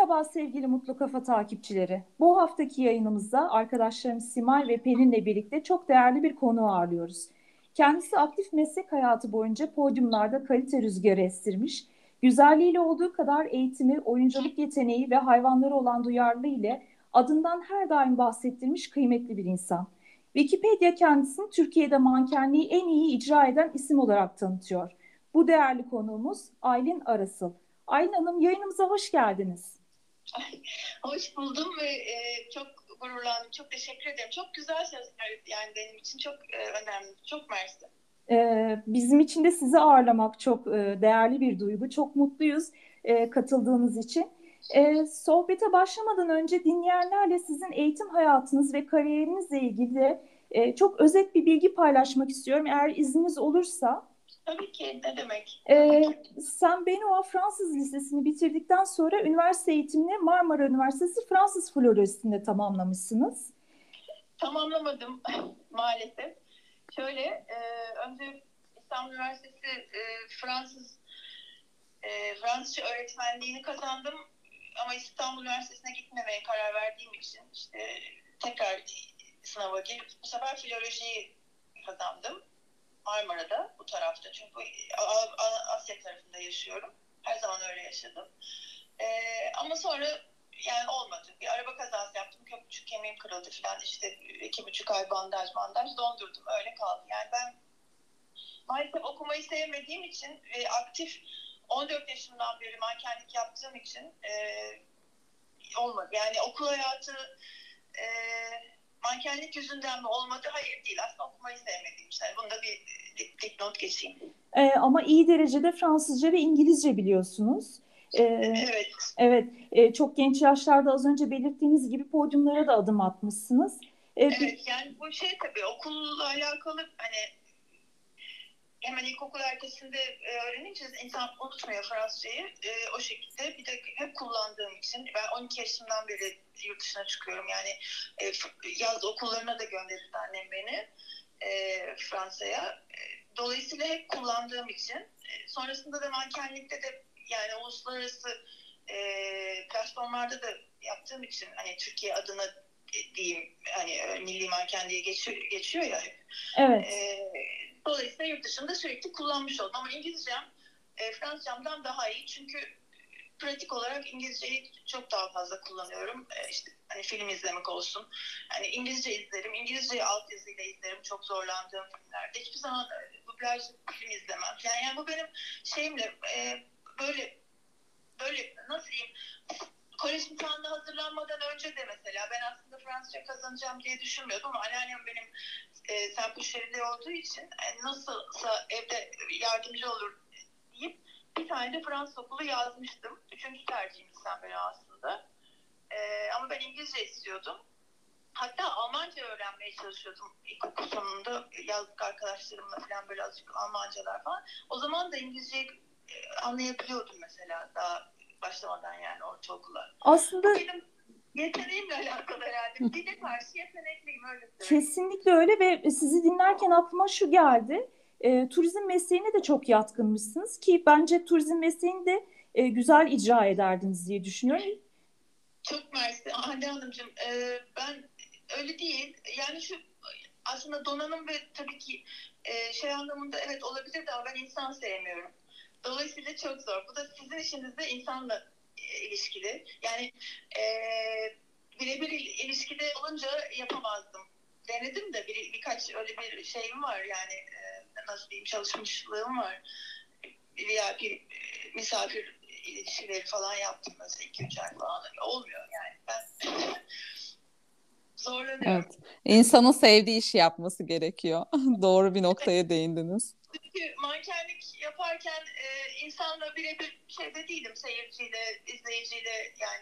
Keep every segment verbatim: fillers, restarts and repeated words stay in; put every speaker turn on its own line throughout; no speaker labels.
Merhaba sevgili Mutlu Kafa takipçileri. Bu haftaki yayınımızda arkadaşlarım Simay ve Pelin'le birlikte çok değerli bir konu ağırlıyoruz. Kendisi aktif meslek hayatı boyunca podyumlarda kalite rüzgarı estirmiş, güzelliğiyle olduğu kadar eğitimi, oyunculuk yeteneği ve hayvanlara olan duyarlılığı ile adından her daim bahsettirmiş kıymetli bir insan. Wikipedia kendisini Türkiye'de mankenliği en iyi icra eden isim olarak tanıtıyor. Bu değerli konuğumuz Aylin Arasıl. Aylin Hanım, yayınımıza hoş geldiniz.
Hoş buldum ve e, çok gururlandım. Çok teşekkür ederim. Çok güzel sözler, yani benim için çok e, önemli. Çok mersi.
Ee, bizim için de sizi ağırlamak çok e, değerli bir duygu. Çok mutluyuz e, katıldığınız için. E, sohbete başlamadan önce dinleyenlerle sizin eğitim hayatınız ve kariyerinizle ilgili de e, çok özet bir bilgi paylaşmak istiyorum. Eğer izniniz olursa.
Tabii ki, ne demek?
Ee, Sen Benoît Fransız Lisesi'ni bitirdikten sonra üniversite eğitimini Marmara Üniversitesi Fransız Florist'inde tamamlamışsınız.
Tamamlamadım maalesef. Şöyle, e, önce İstanbul Üniversitesi e, Fransız e, Fransızca öğretmenliğini kazandım. Ama İstanbul Üniversitesi'ne gitmemeye karar verdiğim için işte tekrar sınava girip bu sefer filolojiyi kazandım. Marmara'da, bu tarafta. Çünkü Asya tarafında yaşıyorum. Her zaman öyle yaşadım. Ee, ama sonra yani olmadı. Bir araba kazası yaptım. Köprücük kemiğim kırıldı falan. İşte iki buçuk ay bandaj bandaj dondurdum. Öyle kaldı. Yani ben maalesef okumayı sevmediğim için ve aktif on dört yaşımdan beri mankenlik yaptığım için e, olmadı. Yani okul hayatı e, mankenlik yüzünden mi olmadı? Hayır, değil. Aslında okumayı sevmediğim için. Bunda bir dipnot geçeyim.
Ee, ama iyi derecede Fransızca ve İngilizce biliyorsunuz. Ee,
evet.
Evet, e, çok genç yaşlarda az önce belirttiğiniz gibi podyumlara da adım atmışsınız. Ee,
evet, yani bu şey tabii okulla alakalı, hani hemen ilkokul ertesinde öğrenince insan unutmuyor Fransızcayı. E, o şekilde bir de hep kullandığım için ben on iki yaşımdan beri yurt dışına çıkıyorum. Yani e, yaz okullarına da gönderirdi annem beni e, Fransa'ya. E, dolayısıyla hep kullandığım için. E, sonrasında da mankenlikte de yani uluslararası e, platformlarda da yaptığım için hani Türkiye adına diyeyim, hani milli manken diye geçiyor, geçiyor ya hep.
Evet.
E, dolayısıyla yurt dışında sürekli kullanmış oldum. Ama İngilizcem e, Fransızcamdan daha iyi. Çünkü pratik olarak İngilizceyi çok daha fazla kullanıyorum. E, işte hani film izlemek olsun. Hani İngilizce izlerim. İngilizceyi altyazıyla izlerim. Çok zorlandığım filmlerde. Hiçbir zaman dublaj film izlemem. Yani, yani bu benim şeyimle e, böyle böyle nasıl diyeyim, kolej imtihanına hazırlanmadan önce de mesela ben aslında Fransızca kazanacağım diye düşünmüyordum ama anneannem benim e, Serpuşehir'de olduğu için yani nasılsa evde yardımcı olur deyip bir tane de Fransız okulu yazmıştım. Üçüncü tercihim sen beni aslında. E, ama ben İngilizce istiyordum. Hatta Almanca öğrenmeye çalışıyordum ilkokul sonunda. Yazlık arkadaşlarımla falan böyle azıcık Almancalar falan. O zaman da İngilizceyi e, anlayabiliyordum mesela daha başlamadan, yani ortaokula.
Aslında
benim yeteneğimle alakalı herhalde. Dile karşı yetenekliyim, öyle söyleyeyim.
Kesinlikle öyle ve sizi dinlerken aklıma şu geldi. E, turizm mesleğine de çok yatkınmışsınız ki bence turizm mesleğini de e, güzel icra ederdiniz diye düşünüyorum.
Çok mersi Hande Hanımcığım. E, ben öyle değil. Yani şu aslında donanım ve tabii ki e, şey anlamında evet olabilir ama ben insan sevmiyorum. Dolayısıyla çok zor. Bu da sizin işinizde insanla e, ilişkili. Yani e, birebir ilişkide olunca yapamazdım. Denedim de bir, birkaç öyle bir şeyim var, yani e, nasıl diyeyim, çalışmışlığım var. V I P e, misafir ilişkileri falan yaptım mesela iki üç ay falan. Olmuyor yani. Ben zorlanıyorum.
Evet. İnsanın sevdiği işi yapması gerekiyor. Doğru bir noktaya değindiniz.
Çünkü mankenlik yaparken e, insanla birebir şeyde değilim. Seyirciyle, izleyiciyle yani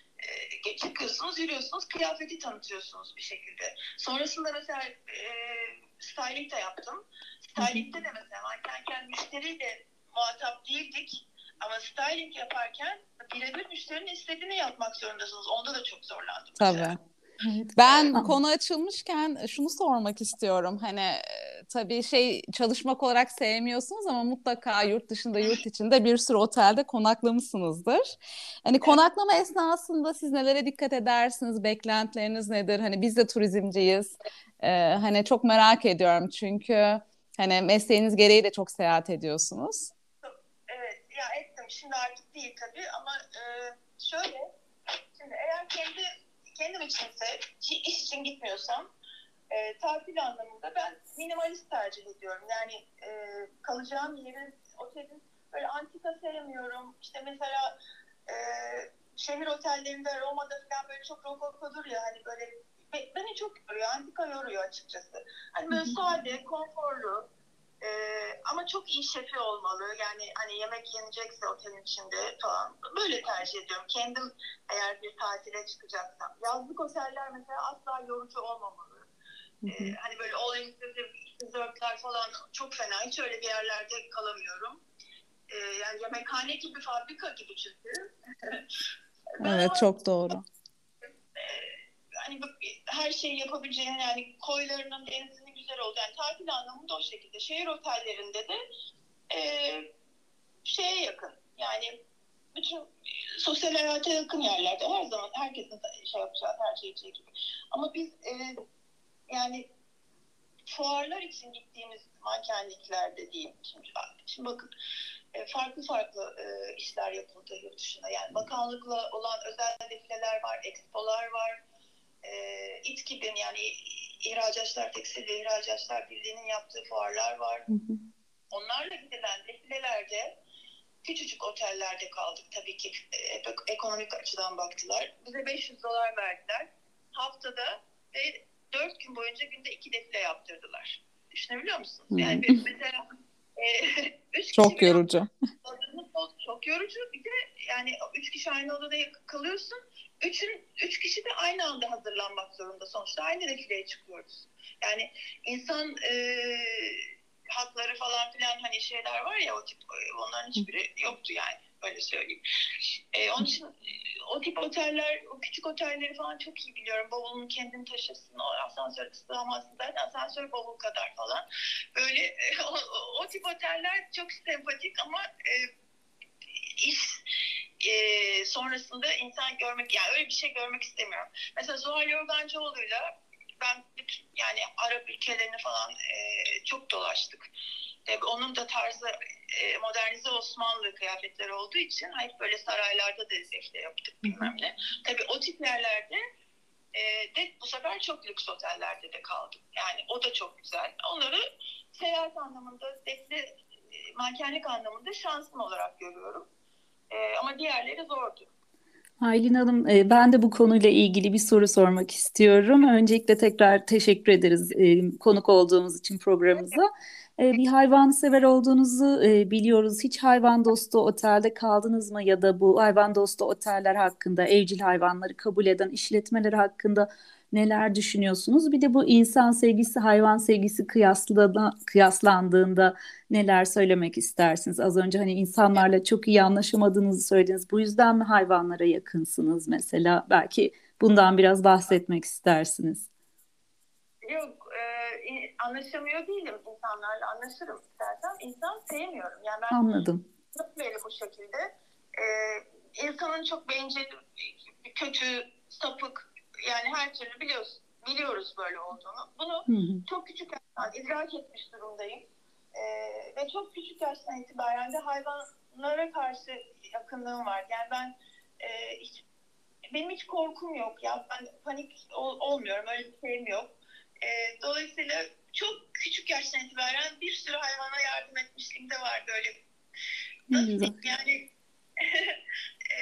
e, çıkıyorsunuz, yürüyorsunuz, kıyafeti tanıtıyorsunuz bir şekilde. Sonrasında mesela e, styling de yaptım. Styling'de de mesela mankenken müşteriyle muhatap değildik. Ama styling yaparken birebir müşterinin istediğini yapmak zorundasınız. Onda da çok zorlandım mesela.
Tabii. Ben konu açılmışken şunu sormak istiyorum. Hani tabii şey çalışmak olarak sevmiyorsunuz ama mutlaka yurt dışında, yurt içinde bir sürü otelde konaklamışsınızdır. Hani
Evet.
konaklama esnasında siz nelere dikkat edersiniz? Beklentileriniz nedir? Hani biz de turizmciyiz. Ee, hani çok merak ediyorum çünkü hani mesleğiniz gereği de çok seyahat ediyorsunuz.
Evet, ya ettim. Şimdi artık değil tabii ama e, şöyle, şimdi eğer kendi kendim içinse, iş için gitmiyorsam, e, tatil anlamında ben minimalist tercih ediyorum. Yani e, kalacağım yerin, otelin böyle antika sevmiyorum. İşte mesela e, şehir otellerinde Roma'da falan böyle çok rokokodur ya, hani böyle be- beni çok yoruyor, antika yoruyor açıkçası. Hani böyle sade, konforlu, e, ama çok iyi şefi olmalı. Yani hani yemek yenecekse otelin içinde falan. Böyle tercih ediyorum. Kendim eğer bir tatile çıkacaksam. Yazlık oteller mesela asla yorucu olmamalı.
Hı hı.
Ee, hani böyle all inclusive resortlar falan çok fena. Hiç öyle bir yerlerde kalamıyorum. Ee, yani yemekhane gibi, fabrika gibi çünkü. Ben
Evet,
ama
çok doğru.
e, hani bu- her şeyi yapabileceğin, yani koylarının, denizinin güzel olduğu, yani tatil anlamında o şekilde. Şehir otellerinde de e, şeye yakın. Yani bütün sosyal hayata yakın yerlerde her zaman herkesin şey yapacağı, tercih edeceği gibi. Ama biz e, yani fuarlar için gittiğimiz mankenliklerde diyeyim. Şimdi, şimdi bakın e, farklı farklı e, işler yapıldı yurt dışında. Yani bakanlıkla olan özel defileler var, expolar var. E, İTKİ'nin, yani İhracatçılar, Tekstil ve İhracatçılar Birliği'nin yaptığı fuarlar var.
Hı hı.
Onlarla gidilen defilelerde küçücük otellerde kaldık tabii ki. E, ekonomik açıdan baktılar. Bize beş yüz dolar verdiler. Haftada ve dört gün boyunca günde iki defile yaptırdılar. Düşünebiliyor musunuz?
Hı.
Yani bir, mesela e, üç kişi
Çok
bir
yorucu.
odada, çok yorucu. Bir de yani üç kişi aynı odada kalıyorsun. Üçün, üç kişi de aynı anda hazırlanmak zorunda. Sonuçta aynı defileye çıkıyoruz. Yani insan e, hakları falan filan, hani şeyler var ya, o tip, onların hiçbiri yoktu yani, öyle söyleyeyim. E, onun için o tip oteller, o küçük otelleri falan çok iyi biliyorum. Bavulunu kendin taşırsın, o asansör sığamazsın zaten, asansör bavul kadar falan. Böyle e, o, o tip oteller çok sempatik ama e, iş e, sonrasında insan görmek, yani öyle bir şey görmek istemiyorum. Mesela Zuhal Yorgancıoğlu'yla ben bütün, yani Arap ülkelerini falan e, çok dolaştık. E, onun da tarzı e, modernize Osmanlı kıyafetleri olduğu için hep böyle saraylarda da defile yaptık bilmem ne. Tabii o tip yerlerde e, de bu sefer çok lüks otellerde de kaldım. Yani o da çok güzel. Onları seyahat anlamında, defile, e, mankenlik anlamında şansım olarak görüyorum. E, ama diğerleri zordu.
Aylin Hanım, e, ben de bu konuyla ilgili bir soru sormak istiyorum. Öncelikle tekrar teşekkür ederiz e, konuk olduğumuz için programımıza. E, Bir hayvansever olduğunuzu e, biliyoruz. Hiç hayvan dostu otelde kaldınız mı, ya da bu hayvan dostu oteller hakkında, evcil hayvanları kabul eden işletmeler hakkında neler düşünüyorsunuz? Bir de bu insan sevgisi, hayvan sevgisi kıyasla, kıyaslandığında neler söylemek istersiniz? Az önce hani insanlarla çok iyi anlaşamadığınızı söylediniz. Bu yüzden mi hayvanlara yakınsınız mesela? Belki bundan biraz bahsetmek istersiniz.
Yok, e, anlaşamıyor değilim insanlarla. Anlaşırım istersen. İnsan sevmiyorum. Yani ben
Anladım.
böyle bu şekilde e, insanın çok bencil, kötü, sapık, yani her türlü biliyoruz, biliyoruz böyle olduğunu. Bunu
Hı hı.
çok küçük yaştan idrak etmiş durumdayım. E, ve çok küçük yaştan itibaren de hayvanlara karşı yakınlığım var. Yani ben e, hiç, benim hiç korkum yok ya. Ben panik ol, olmuyorum. Öyle bir şeyim yok. E, dolayısıyla çok küçük yaştan itibaren bir sürü hayvana yardım etmişliğim de var böyle.
Ne
Nasıl
güzel.
diyeyim yani e,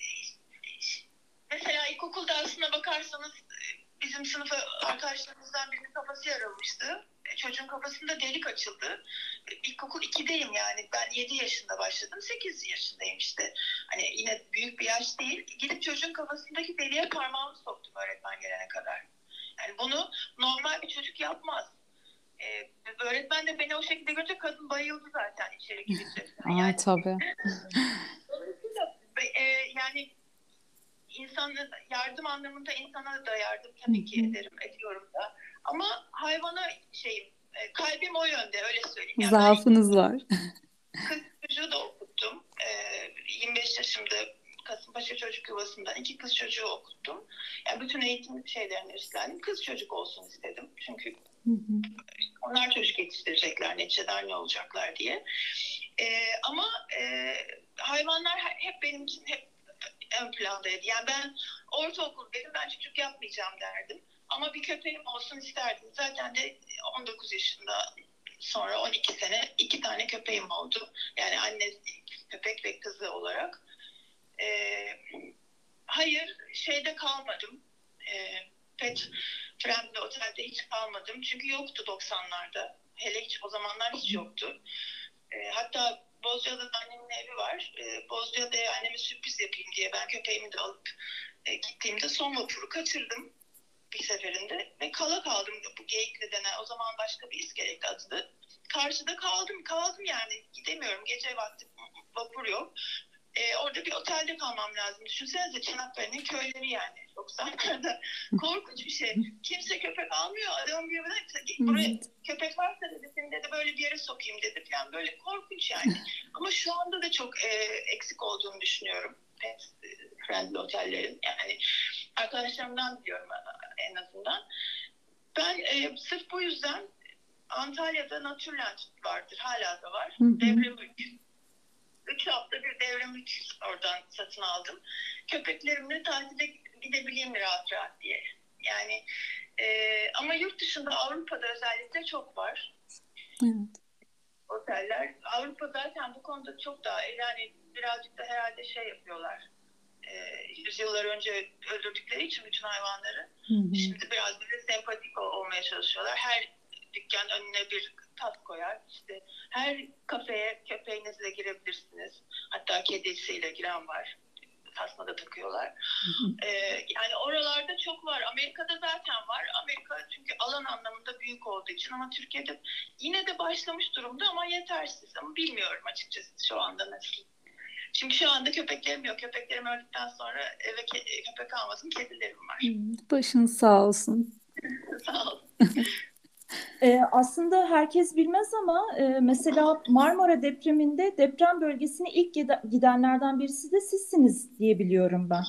mesela ilkokulda aslına bakarsanız bizim sınıfa arkadaşlarımızdan birinin kafası yarılmıştı. Çocuğun kafasında delik açıldı. İlkokul ikideyim yani. Ben yedi yaşında başladım. sekiz yaşındayım işte. Hani yine büyük bir yaş değil. Gidip çocuğun kafasındaki deliğe parmağımı soktum öğretmen gelene kadar. Yani bunu normal bir çocuk yapmaz. Ee, öğretmen de beni o şekilde görünce kadın bayıldı zaten içeri girince.
Aa,
Yani
tabii.
dolayısıyla e, yani insan yardım anlamında insana da yardım tabii ki ederim, ediyorum da. Ama hayvana şeyim, E, kalbim o yönde, öyle söyleyeyim. Yani
Zaafınız var.
kız çocuğu da okuttum. E, yirmi beş yaşımda Kasımpaşa Çocuk Yuvası'ndan iki kız çocuğu okuttum. Yani bütün eğitim şeylerini üstlendim. Kız çocuk olsun istedim. Çünkü
Hı hı.
onlar çocuk yetiştirecekler, neticede ne olacaklar diye. E, ama e, hayvanlar hep benim için hep ön plandaydı. Yani ben ortaokuldaydım, ben çocuk yapmayacağım derdim. Ama bir köpeğim olsun isterdim. Zaten de on dokuz yaşında sonra on iki sene iki tane köpeğim oldu. Yani anne köpek ve kızı olarak. Ee, hayır, şeyde kalmadım. Ee, pet friendly otelde hiç kalmadım. Çünkü yoktu doksanlarda. Hele hiç o zamanlar hiç yoktu. Ee, hatta Bozcaada'da annemin evi var. Ee, Bozcaada'ya anneme sürpriz yapayım diye ben köpeğimi de alıp e, gittiğimde son vapuru kaçırdım bir seferinde ve kala kaldım. Bu Geyikli denen, o zaman başka bir iskeleti adı. Karşıda kaldım, kaldım yani gidemiyorum. Gece vakti vapur yok. Ee, orada bir otelde kalmam lazım. Düşünsenize, Çanakkale'nin köyleri yani. doksanlarda korkunç bir şey. Kimse köpek almıyor. Adam diyor bana, buraya köpek varsa dedi, seni dedi böyle bir yere sokayım dedi falan. Böyle korkunç yani. Ama şu anda da çok e, eksik olduğunu düşünüyorum. Pet friendly otellerin. Yani arkadaşlarımdan biliyorum en azından. Ben e, sırf bu yüzden Antalya'da Naturland vardır. Hala da var. Devremülk. Üç hafta bir Devremülk oradan satın aldım. Köpeklerimle tatile gidebileyim rahat rahat diye. Yani e, ama yurt dışında, Avrupa'da özellikle çok var.
Evet.
Oteller. Avrupa zaten bu konuda çok daha, yani birazcık da herhalde şey yapıyorlar. E, yüzyıllar önce öldürdükleri için bütün hayvanları. Hı hı. Şimdi biraz böyle sempatik olmaya çalışıyorlar. Her dükkan önüne bir tas koyar. İşte her kafeye köpeğinizle girebilirsiniz. Hatta kedisiyle giren var. Tasma da takıyorlar. Hı hı. Ee, yani oralarda çok var. Amerika'da zaten var. Amerika çünkü alan anlamında büyük olduğu için, ama Türkiye'de yine de başlamış durumda ama yetersiz. Ama bilmiyorum açıkçası şu anda nasıl. Çünkü şu anda köpeklerim yok. Köpeklerim öldükten sonra eve ke- köpek almadım. Kedilerim var.
Başınız sağ olsun.
Sağ olun.
Ee, aslında herkes bilmez ama e, mesela Marmara depreminde deprem bölgesine ilk gidenlerden birisi de sizsiniz diye biliyorum ben.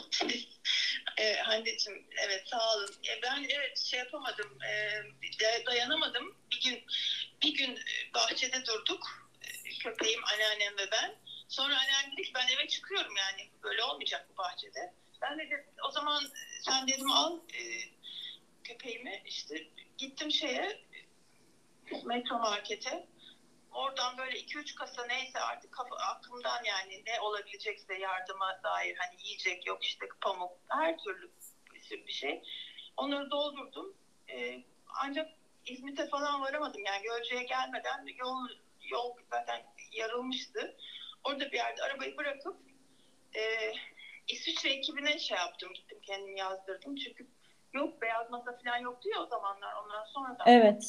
e, Hande'cim, evet sağ olun. E, ben evet şey yapamadım, e, dayanamadım. Bir gün bir gün bahçede durduk. E, köpeğim, anneannem ve ben. Sonra anneannem dedi ki ben eve çıkıyorum, yani böyle olmayacak bu bahçede. Ben de o zaman sen dedim al e, köpeğimi, işte gittim şeye, Metro Market'e. Oradan böyle iki üç kasa neyse artık kafa, aklımdan yani ne olabilecekse yardıma dair, hani yiyecek yok işte pamuk, her türlü bir sürü bir şey. Onları doldurdum. Ee, ancak İzmit'e falan varamadım, yani Gölcük'e gelmeden yol, yol zaten yarılmıştı. Orada bir yerde arabayı bırakıp e, İsviçre ekibine şey yaptım, gittim kendimi yazdırdım. Çünkü yok, beyaz masa falan yoktu ya o zamanlar, ondan sonradan.
Evet.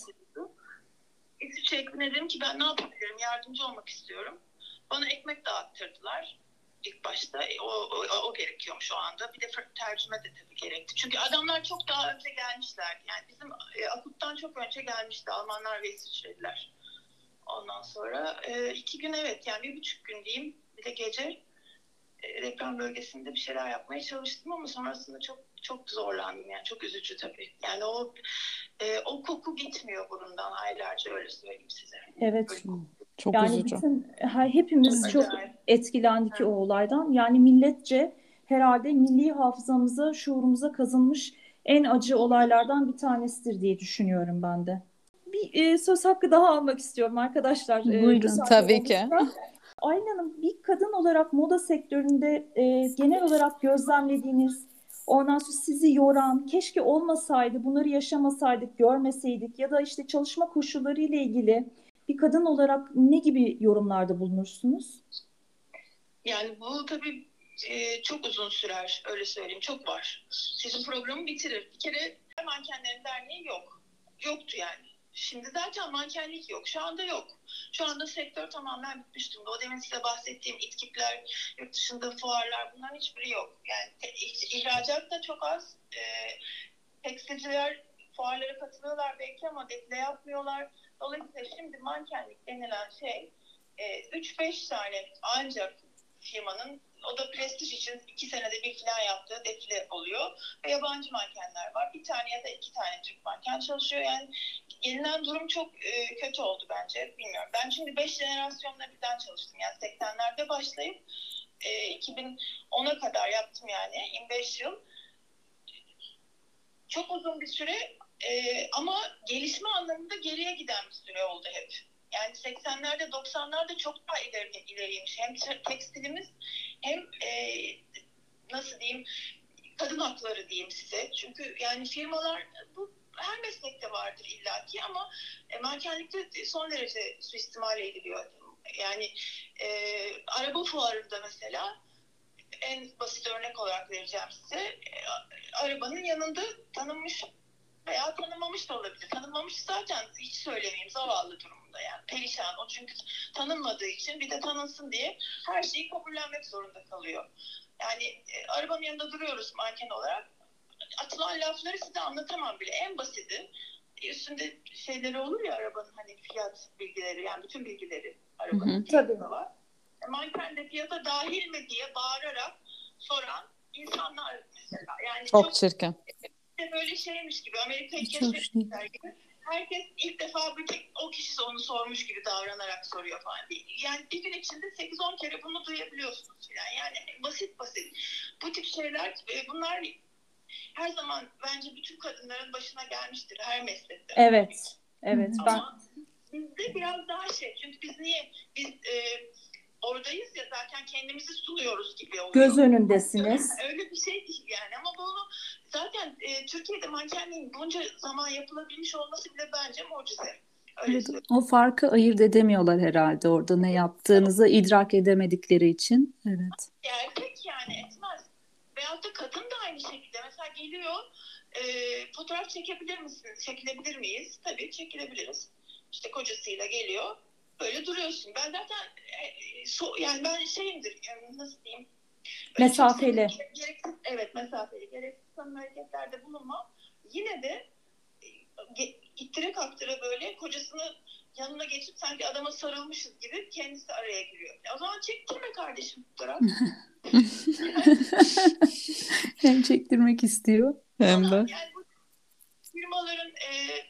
İsviçre ekibine dedim ki ben ne yapabilirim, yardımcı olmak istiyorum. Bana ekmek dağıttırdılar ilk başta. E, o, o, o gerekiyormuş o anda. Bir de tercüme de tabii gerekti. Çünkü adamlar çok daha önce gelmişler. Yani bizim e, Akut'tan çok önce gelmişti Almanlar ve İsviçreliler. Ondan sonra e, iki gün, evet yani bir buçuk gün diyeyim, bir de gece e, deprem bölgesinde bir şeyler yapmaya çalıştım ama sonrasında çok çok zorlandım, yani çok üzücü tabii. Yani o e, o koku gitmiyor burundan aylarca, öyle söyleyeyim size.
Evet.
Çok
yani
üzücü.
bütün hepimiz çok
Acayip.
etkilendik o olaydan. Yani milletçe herhalde milli hafızamıza, şuurumuza kazınmış en acı olaylardan bir tanesidir diye düşünüyorum ben de. Bir e, söz hakkı daha almak istiyorum arkadaşlar. E,
Buyurun.
Tabii ki.
Aylin Hanım, bir kadın olarak moda sektöründe e, genel olarak gözlemlediğiniz, ondan sonra sizi yoran, keşke olmasaydı, bunları yaşamasaydık, görmeseydik ya da işte çalışma koşulları ile ilgili bir kadın olarak ne gibi yorumlarda bulunursunuz?
Yani bu tabii e, çok uzun sürer, öyle söyleyeyim, çok var. Sizin programı bitirir. Bir kere Mankenlerin Derneği yok. Yoktu yani. Şimdi zaten mankenlik yok. Şu anda yok. Şu anda sektör tamamen bitmiş durumda. O demin size bahsettiğim İTKİP'ler, yurt dışında fuarlar, bunların hiçbiri yok. Yani ihracat da çok az. E, tekstilciler fuarlara katılıyorlar belki ama defile yapmıyorlar. Dolayısıyla şimdi mankenlik denilen şey üç beş tane ancak firmanın, o da prestij için iki senede bir falan yaptığı defile oluyor. Ve yabancı mankenler var. Bir tane ya da iki tane Türk manken çalışıyor. Yani gelinen durum çok e, kötü oldu bence. Bilmiyorum. Ben şimdi beş jenerasyonla birden çalıştım. Yani seksenlerde başlayıp e, iki bin ona kadar yaptım yani. yirmi beş yıl. Çok uzun bir süre e, ama gelişme anlamında geriye giden bir süre oldu hep. Yani seksenlerde doksanlarda çok daha ileri, ileriymiş. Hem tekstilimiz hem e, nasıl diyeyim, kadın hakları diyeyim size. Çünkü yani firmalar, bu her meslekte vardır illaki ama e, mankenlikte son derece suistimal ediliyor. Yani e, araba fuarında mesela, en basit örnek olarak vereceğim size. E, arabanın yanında tanınmış veya tanınmamış da olabilir. Tanınmamış zaten hiç söylemeyeyim, zavallı durumunda yani. Perişan. O çünkü tanınmadığı için bir de tanınsın diye her şeyi kabullenmek zorunda kalıyor. Yani e, arabanın yanında duruyoruz manken olarak. Atılan lafları size anlatamam bile. En basiti, üstünde şeyleri olur ya arabanın, hani fiyat bilgileri, yani bütün bilgileri arabanın.
Tabii.
Var. E, manken de fiyata dahil mi diye bağırarak soran insanlar mesela. Yani
Çok,
çok
çirkin.
de böyle şeymiş gibi, Amerika'yı
Hiç hoş değil.
keşfetmişler gibi. Herkes ilk defa bir tek o kişi onu sormuş gibi davranarak soruyor falan. Yani bir gün içinde sekiz on kere bunu duyabiliyorsunuz falan. Yani basit basit. Bu tip şeyler, bunlar her zaman bence bütün kadınların başına gelmiştir her meslekte.
Evet. Evet. Ben
Ama bizde biraz daha şey. Çünkü biz niye biz e, oradayız ya, zaten kendimizi sunuyoruz gibi oluyor.
göz önündesiniz.
Öyle bir şey değil yani, ama bunu zaten e, Türkiye'de mankenliğin bunca zaman yapılabilmiş olması bile bence mucize. Öyle
Evet,
söyleyeyim.
o farkı ayırt edemiyorlar herhalde orada ne yaptığınızı idrak edemedikleri için. Evet.
Erkek yani etmez. Veyahut da kadın da aynı şekilde. Mesela geliyor, e, fotoğraf çekebilir misiniz? Çekilebilir miyiz? Tabii çekilebiliriz. İşte kocasıyla geliyor. Böyle duruyorsun. Ben zaten e, so, yani ben şeyimdir, yani nasıl diyeyim? Öyle
Mesafeli.
çok gereksiz, evet mesafeli. Gereksiz samimi hareketlerde bulunmam. Yine de e, ittire kaktıra böyle kocasını yanına geçip sanki adama sarılmışız gibi kendisi araya giriyor. O zaman çektirme kardeşim fotoğraf.
Hem çektirmek istiyor.
Hem de.
Yani bu firmaların e,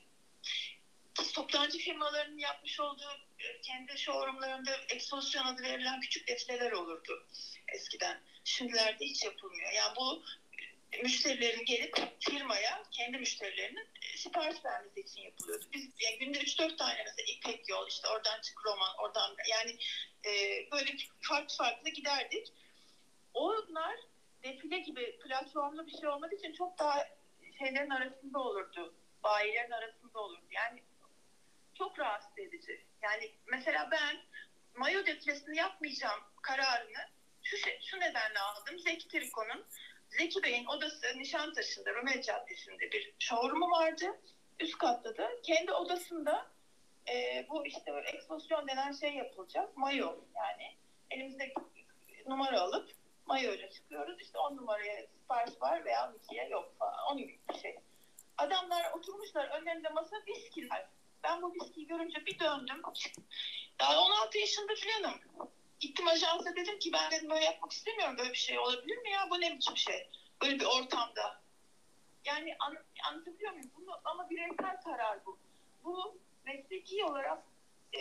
toptancı firmalarının yapmış olduğu e, kendi showroomlarında ekspozisyon adı verilen küçük defileler olurdu eskiden. Şimdilerde hiç yapılmıyor. Yani bu müşterilerin gelip firmaya, kendi müşterilerinin e, sipariş vermesi için yapılıyordu. Biz yani günde üç dört tane mesela İpek Yol, işte oradan çık Roman, oradan yani e, böyle farklı farklı giderdik. Onlar defile gibi platformlu bir şey olmadığı için çok daha şeylerin arasında olurdu. Bayilerin arasında olurdu. Yani çok rahatsız edici. Yani mesela ben mayo defilesini yapmayacağım kararını şu, şey, şu nedenle aldım. Zeki Triko'nun, Zeki Bey'in odası Nişantaşı'nda, Rumeli Caddesi'nde bir showroom'u vardı. Üst katta da kendi odasında e, bu işte böyle ekspozisyon denen şey yapılacak. Mayo yani. Elimizde numara alıp mayo ile çıkıyoruz. İşte on numaraya sipariş var veya on ikiye yok falan. Onun gibi bir şey. Adamlar oturmuşlar, önlerinde masa, viskiler. Ben bu viskiyi görünce bir döndüm. Daha on altı yaşında falanım. Gittim ajansa, dedim ki ben dedim böyle yapmak istemiyorum. Böyle bir şey olabilir mi ya? Bu ne biçim şey? Böyle bir ortamda. Yani an, anlatabiliyor muyum? Bunu, ama bireysel karar bu. Bu mesleki olarak e,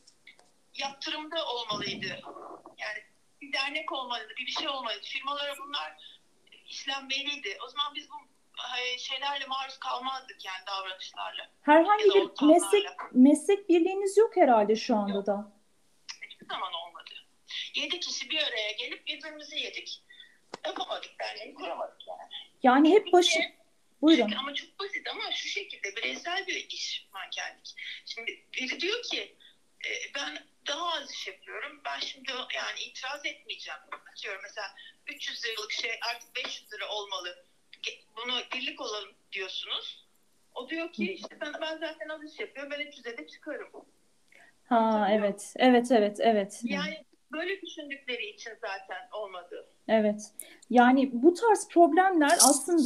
yaptırımda olmalıydı. Yani bir dernek olmalıydı, bir bir şey olmalıydı. Firmalara bunlar işlenmeliydi. O zaman biz bu şeylerle maruz kalmazdık, yani davranışlarla.
Herhangi bir meslek meslek birliğiniz yok herhalde şu anda yok. Da.
Hiçbir zaman olmadı. Yedi kişi bir araya gelip birbirimizi yedik. Yapamadık, derneği kuramadık yani.
Yani hep başı... Buyurun.
Çünkü ama çok basit, ama şu şekilde bireysel bir iş mankenlik. Şimdi biri diyor ki e, ben daha az iş yapıyorum. Ben şimdi yani itiraz etmeyeceğim. Diyorum mesela üç yüz liralık şey artık beş yüz lira olmalı. Bunu birlik olalım diyorsunuz. O diyor ki işte ben, ben zaten az iş yapıyorum. Ben üç yüze de çıkarım.
Ha Tabii evet. Evet evet evet.
Yani böyle düşündükleri için zaten olmadı.
Evet. Yani bu tarz problemler aslında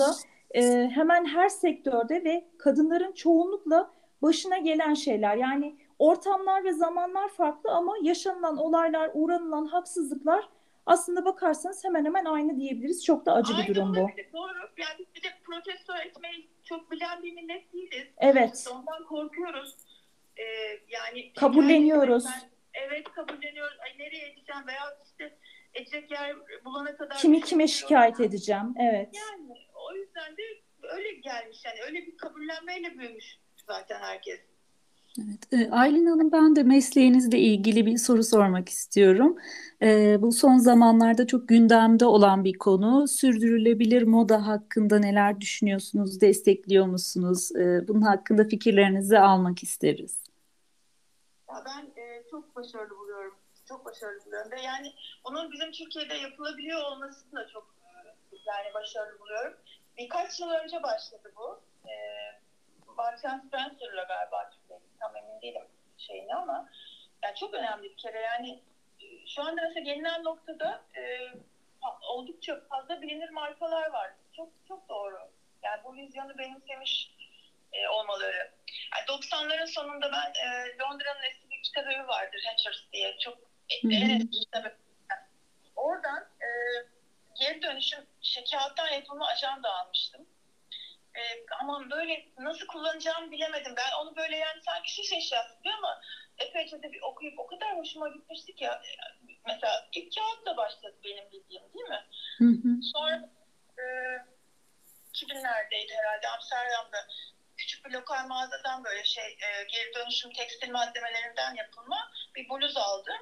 e, hemen her sektörde ve kadınların çoğunlukla başına gelen şeyler. Yani ortamlar ve zamanlar farklı ama yaşanılan olaylar, uğranılan haksızlıklar aslında bakarsanız hemen hemen aynı diyebiliriz. Çok da acı bir
Aynı
durum bu.
olabilir, doğru. Yani biz bir de protesto etmeyi çok bilen bir millet değiliz.
Evet.
Ondan korkuyoruz. Ee, yani
Kabulleniyoruz.
Ben, evet kabulleniyoruz. Ay nereye edeceğim veya işte edecek yer bulana kadar.
Kimi kime şikayet edeceğim. Evet.
Yani o yüzden de öyle gelmiş. Yani öyle bir kabullenmeyle büyümüş zaten herkes.
Evet, e, Aylin Hanım, ben de mesleğinizle ilgili bir soru sormak istiyorum. E, bu son zamanlarda çok gündemde olan bir konu. Sürdürülebilir moda hakkında neler düşünüyorsunuz, destekliyor musunuz? E, bunun hakkında fikirlerinizi almak isteriz.
Ya ben e, çok başarılı buluyorum. Çok başarılı buluyorum. Ve yani onun bizim Türkiye'de yapılabiliyor olmasını da çok e, yani başarılı buluyorum. Birkaç yıl önce başladı bu. E, Martin Spencer'la galiba tam emin değilim şeyini ama yani çok önemli bir kere. Yani e, şu anda mesela gelinen noktada e, oldukça fazla bilinir markalar var. Çok çok doğru. Yani bu vizyonu benimsemiş e, olmaları. Yani doksanların sonunda ben e, Londra'nın eski bir kitap evi vardır, Hatchers diye. Çok en eski kitap evi. Oradan e, geri dönüşüm şey, kağıttan yapılma ajanda almıştım. E, ama böyle nasıl kullanacağımı bilemedim. Ben onu böyle yani sanki şiş eşyası diyor ama epeyce de bir okuyup o kadar hoşuma gitmişti ki. Ya, mesela ilk kağıtla başladı benim bildiğim, değil mi?
Hı hı.
Sonra e, iki binlerdeydi herhalde Amsterdam'da. Küçük bir lokal mağazadan böyle şey e, geri dönüşüm tekstil malzemelerinden yapılma bir bluz aldım.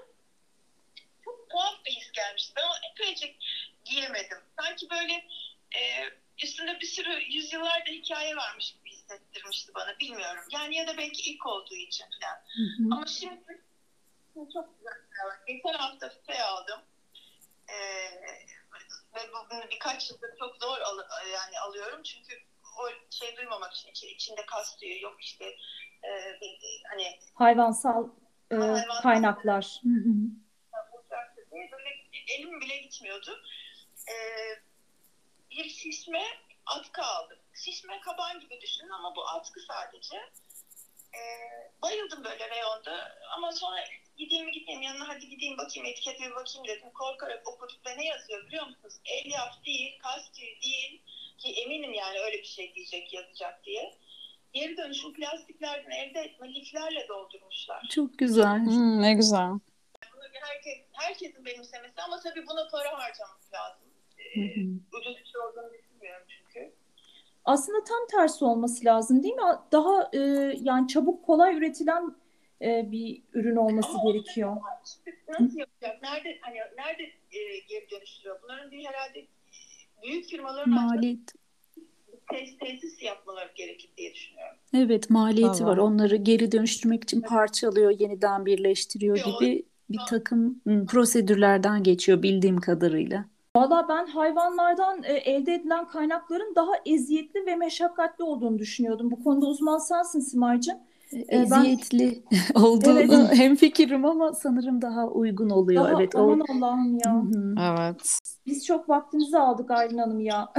Çok tuhaf bir his gelmişti. Ben onu epeyce giyemedim. Sanki böyle e, üstünde bir sürü yüzyıllarda hikaye varmış gibi hissettirmişti bana. Bilmiyorum. Yani ya da belki ilk olduğu için falan. Ama şimdi çok güzel. Geçen hafta şey aldım. E, ve bunu birkaç yıldır çok zor al- yani alıyorum. Çünkü o şey duymamak için içinde kas diyor, yok işte e, hani
Hayvansal e,
hayvan
kaynaklar.
Hı hı.
böyle elim bile gitmiyordu. E, bir şişme atkı aldım. Şişme kaban gibi düşünün ama bu atkı sadece. E, bayıldım böyle reyonda ama sonra gideyim mi gitmeyeyim yanına, hadi gideyim bakayım etikete bir bakayım dedim. Korkarak okuduk ve ne yazıyor biliyor musunuz? Elyaf değil, kas tüyü değil ki eminim yani öyle bir şey diyecek, yazacak diye. Geri dönüşüm plastiklerden elde etme liflerle doldurmuşlar.
Çok güzel.
Hmm, ne güzel.
Bunu herkes, herkesin benimsemesi ama tabii buna para harcamak lazım. Ee,
Hı hı.
ucuz bir şey olduğunu düşünmüyorum çünkü.
Aslında tam tersi olması lazım değil mi? Daha e, yani çabuk kolay üretilen e, bir ürün olması
Ama
gerekiyor.
nasıl yapacak? Nerede hani nerede e, geri dönüştürüyor? Bunların bir herhalde büyük firmaların
Maliyet.
tes, tesis yapmaları gerekir diye düşünüyorum.
Evet, maliyeti var.
Tamam.
Onları geri dönüştürmek için parçalıyor, yeniden birleştiriyor gibi bir takım ım, prosedürlerden geçiyor bildiğim kadarıyla.
Valla ben hayvanlardan e, elde edilen kaynakların daha eziyetli ve meşakkatli olduğunu düşünüyordum. Bu konuda uzman sensin Simay'cığım. E, ben
Eziyetli olduğunu
evet
hemfikirim ama sanırım daha uygun oluyor.
daha
Evet, o.
aman Allah'ım
Hı
ya.
hı.
Evet.
Biz çok vaktinizi aldık Aylin Hanım ya.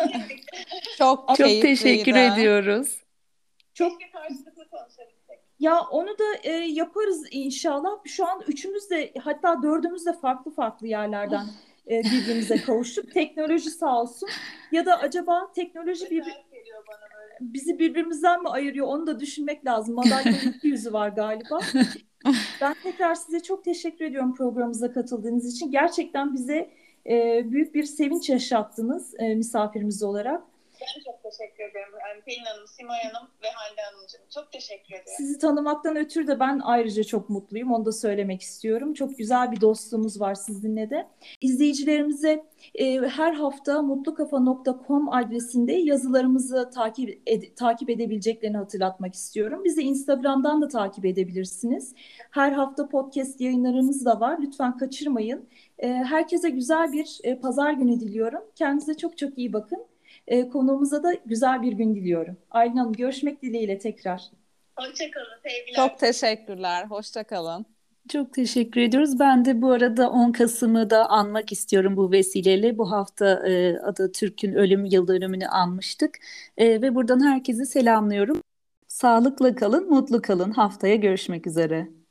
Çok
Çok teşekkür
keyifliydi.
ediyoruz.
Çok
Keşke karşılıklı konuşabilsek.
ya onu da e, yaparız inşallah. Şu an üçümüz de hatta dördümüz de farklı farklı yerlerden e, birbirimize kavuştuk. Teknoloji sağ olsun. Ya da acaba teknoloji bir,
Güzel geliyor bana böyle.
bizi birbirimizden mi ayırıyor? Onu da düşünmek lazım. Madalyonun iki yüzü var galiba. Ben tekrar size çok teşekkür ediyorum programımıza katıldığınız için. Gerçekten bize e, büyük bir sevinç yaşattınız e, misafirimiz olarak.
Ben çok teşekkür ederim. Yani Pelin Hanım, Simay Hanım ve Hande Hanımcığım. Çok teşekkür ederim.
Sizi tanımaktan ötürü de ben ayrıca çok mutluyum. Onu da söylemek istiyorum. Çok güzel bir dostluğumuz var sizinle de. İzleyicilerimize e, her hafta mutlukafa nokta com adresinde yazılarımızı takip ed- takip edebileceklerini hatırlatmak istiyorum. Bizi Instagram'dan da takip edebilirsiniz. Her hafta podcast yayınlarımız da var. Lütfen kaçırmayın. E, herkese güzel bir e, pazar günü diliyorum. Kendinize çok çok iyi bakın. E, konuğumuza da güzel bir gün diliyorum. Aylin Hanım, görüşmek dileğiyle tekrar.
Hoşçakalın, sevgiler.
Çok teşekkürler. Hoşça kalın.
Çok teşekkür ediyoruz. Ben de bu arada on Kasım'ı da anmak istiyorum bu vesileyle. Bu hafta e, Atatürk'ün ölüm yıl dönümünü anmıştık. E, ve buradan herkesi selamlıyorum. Sağlıkla kalın, mutlu kalın. Haftaya görüşmek üzere.